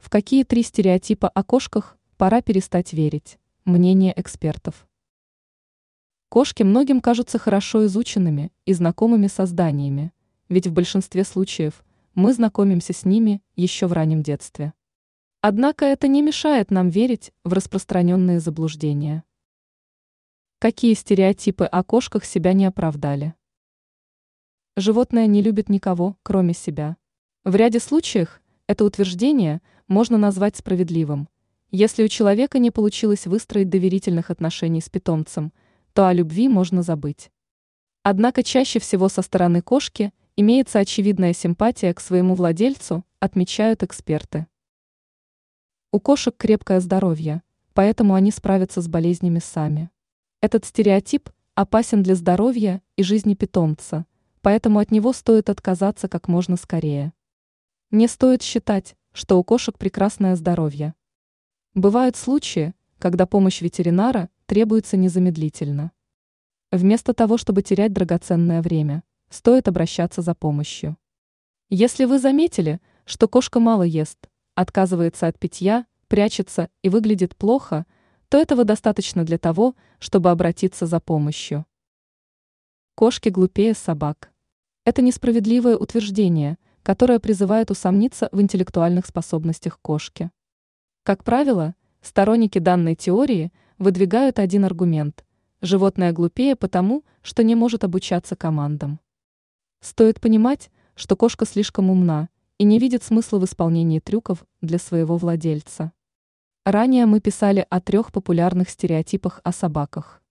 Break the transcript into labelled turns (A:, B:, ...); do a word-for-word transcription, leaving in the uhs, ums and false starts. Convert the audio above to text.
A: В какие три стереотипа о кошках пора перестать верить? Мнение экспертов. Кошки многим кажутся хорошо изученными и знакомыми созданиями, ведь в большинстве случаев мы знакомимся с ними еще в раннем детстве. Однако это не мешает нам верить в распространенные заблуждения. Какие стереотипы о кошках себя не оправдали? Животное не любит никого, кроме себя. В ряде случаев это утверждение можно назвать справедливым. Если у человека не получилось выстроить доверительных отношений с питомцем, то о любви можно забыть. Однако чаще всего со стороны кошки имеется очевидная симпатия к своему владельцу, отмечают эксперты. У кошек крепкое здоровье, поэтому они справятся с болезнями сами. Этот стереотип опасен для здоровья и жизни питомца, поэтому от него стоит отказаться как можно скорее. Не стоит считать, что у кошек прекрасное здоровье. Бывают случаи, когда помощь ветеринара требуется незамедлительно. Вместо того, чтобы терять драгоценное время, стоит обращаться за помощью. Если вы заметили, что кошка мало ест, отказывается от питья, прячется и выглядит плохо, то этого достаточно для того, чтобы обратиться за помощью. Кошки глупее собак. Это несправедливое утверждение, которое призывает усомниться в интеллектуальных способностях кошки. Как правило, сторонники данной теории выдвигают один аргумент – животное глупее потому, что не может обучаться командам. Стоит понимать, что кошка слишком умна и не видит смысла в исполнении трюков для своего владельца. Ранее мы писали о трех популярных стереотипах о собаках.